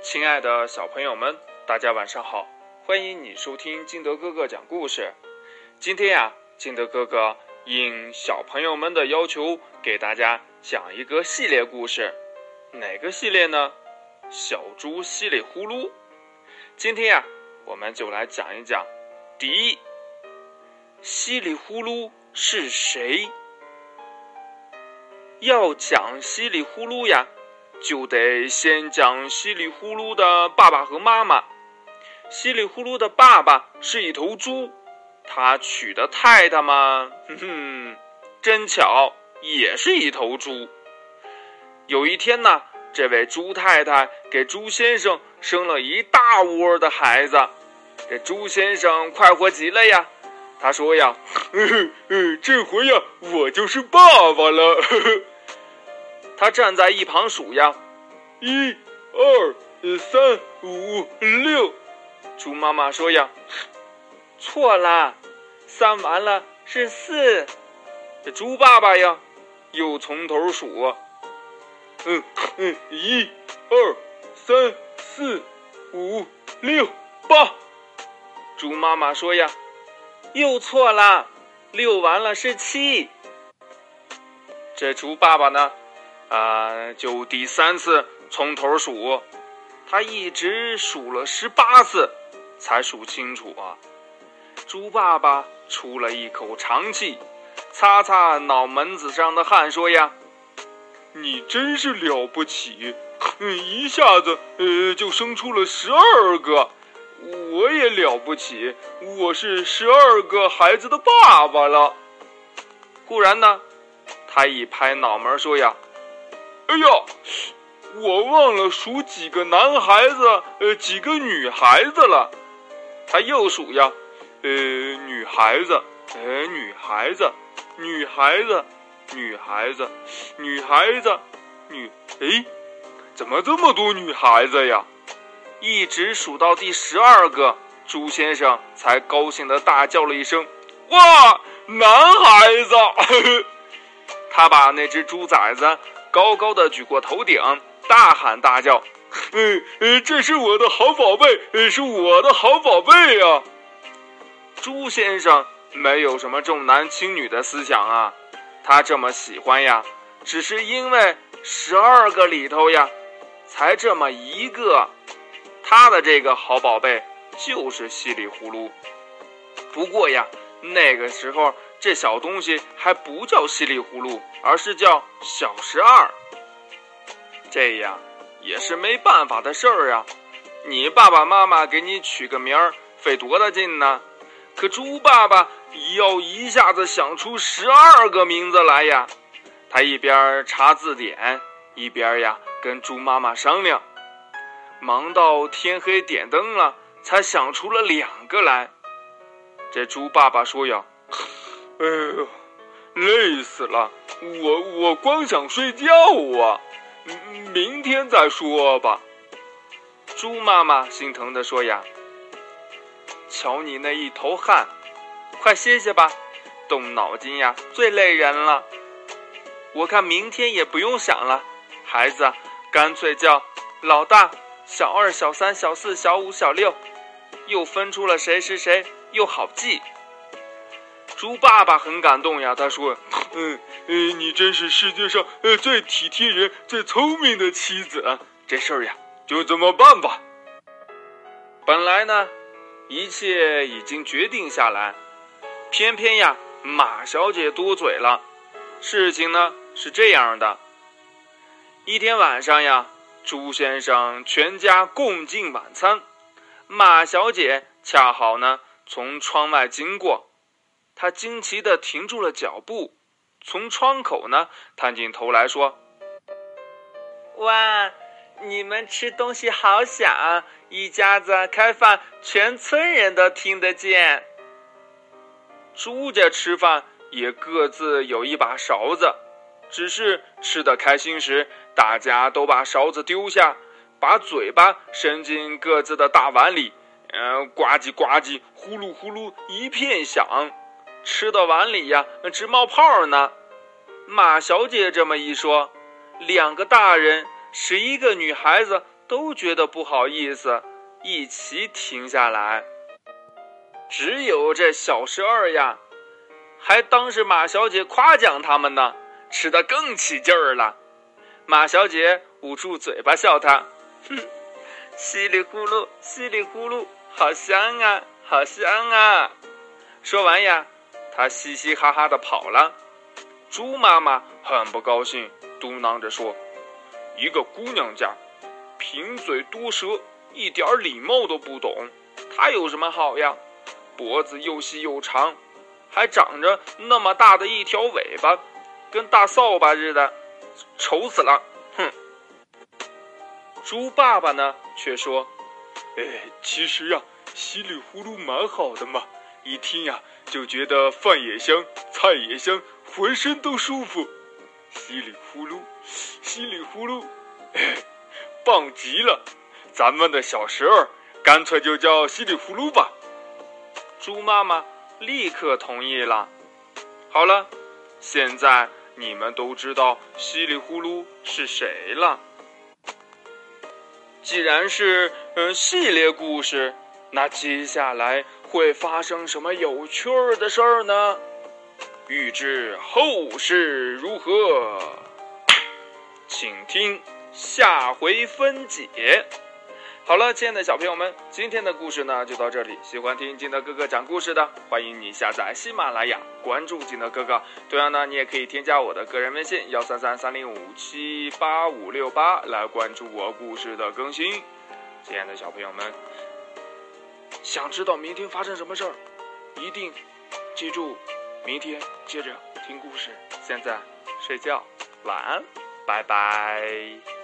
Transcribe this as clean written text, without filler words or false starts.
亲爱的小朋友们，大家晚上好，欢迎你收听金德哥哥讲故事。今天呀，金德哥哥应小朋友们的要求，给大家讲一个系列故事。哪个系列呢？小猪稀里呼噜。今天呀，我们就来讲一讲第一，稀里呼噜是谁？要讲稀里呼噜呀，就得先讲稀里呼噜的爸爸和妈妈。稀里呼噜的爸爸是一头猪，他娶的太太嘛，真巧，也是一头猪。有一天呢，这位猪太太给猪先生生了一大窝的孩子，这猪先生快活极了呀。他说呀，这回呀，我就是爸爸了。他站在一旁数呀，1、2、3、5、6。猪妈妈说呀，错了，3完了是4。这猪爸爸呀，又从头数，1、2、3、4、5、6、8。猪妈妈说呀，又错了，6完了是7。这猪爸爸呢，就第3次从头数，他一直数了18次才数清楚啊。猪爸爸出了一口长气，擦擦脑门子上的汗，说呀，你真是了不起，一下子就生出了12个。我也了不起，我是12个孩子的爸爸了。忽然呢，他一拍脑门说呀，哎呀，我忘了数几个男孩子，几个女孩子了。他又数呀，女孩子，女孩子，女孩子，女孩子，女孩子，怎么这么多女孩子呀？一直数到第12个，猪先生才高兴地大叫了一声，哇，男孩子！他把那只猪崽子高高的举过头顶，大喊大叫，这是我的好宝贝，是我的好宝贝呀！猪先生没有什么重男轻女的思想啊，他这么喜欢呀，只是因为12个里头呀，才这么一个，他的这个好宝贝就是稀里呼噜。不过呀，那个时候这小东西还不叫稀里呼噜，而是叫小12。这样也是没办法的事儿啊，你爸爸妈妈给你取个名儿费多大劲呢？可猪爸爸要一下子想出12个名字来呀。他一边查字典，一边呀跟猪妈妈商量，忙到天黑点灯了，才想出了2个来。这猪爸爸说呀，哎呦，累死了，我光想睡觉啊，明天再说吧。猪妈妈心疼地说呀，瞧你那一头汗，快歇歇吧，动脑筋呀最累人了。我看明天也不用想了，孩子干脆叫老大、小2、小3、小4、小5、小6，又分出了谁是谁，又好记。猪爸爸很感动呀，他说，你真是世界上最体贴人、最聪明的妻子，这事儿呀就这么办吧。本来呢，一切已经决定下来，偏偏呀马小姐多嘴了。事情呢是这样的，一天晚上呀，猪先生全家共进晚餐，马小姐恰好呢从窗外经过，她惊奇地停住了脚步，从窗口呢探进头来说，哇，你们吃东西好响，一家子开饭，全村人都听得见。猪家吃饭也各自有一把勺子，只是吃得开心时，大家都把勺子丢下，把嘴巴伸进各自的大碗里，呱唧呱唧，呼噜呼噜一片响，吃的碗里呀直冒泡呢。马小姐这么一说，2个大人11个女孩子都觉得不好意思，一起停下来。只有这小12呀，还当是马小姐夸奖他们呢，吃得更起劲儿了。马小姐捂住嘴巴笑他，稀里呼噜，稀里呼噜，好香啊，好香啊。说完呀，她嘻嘻哈哈地跑了。猪妈妈很不高兴，嘟囔着说，一个姑娘家，贫嘴多舌，一点礼貌都不懂，她有什么好呀？脖子又细又长，还长着那么大的一条尾巴，跟大扫把似的，丑死了！哼。猪爸爸呢，却说：“其实呀，稀里呼噜蛮好的嘛，一听呀，就觉得饭也香，菜也香，浑身都舒服。稀里呼噜，稀里呼噜，棒极了！咱们的小12干脆就叫稀里呼噜吧。”猪妈妈立刻同意了。好了，现在你们都知道稀里呼噜是谁了。既然是系列故事，那接下来会发生什么有趣的事儿呢？欲知后事如何，请听下回分解。好了，亲爱的小朋友们，今天的故事呢就到这里。喜欢听金德哥哥讲故事的，欢迎你下载喜马拉雅，关注金德哥哥。同样呢，你也可以添加我的个人微信13330578568来关注我故事的更新。亲爱的小朋友们，想知道明天发生什么事儿，一定记住明天接着听故事。现在睡觉，晚安，拜拜。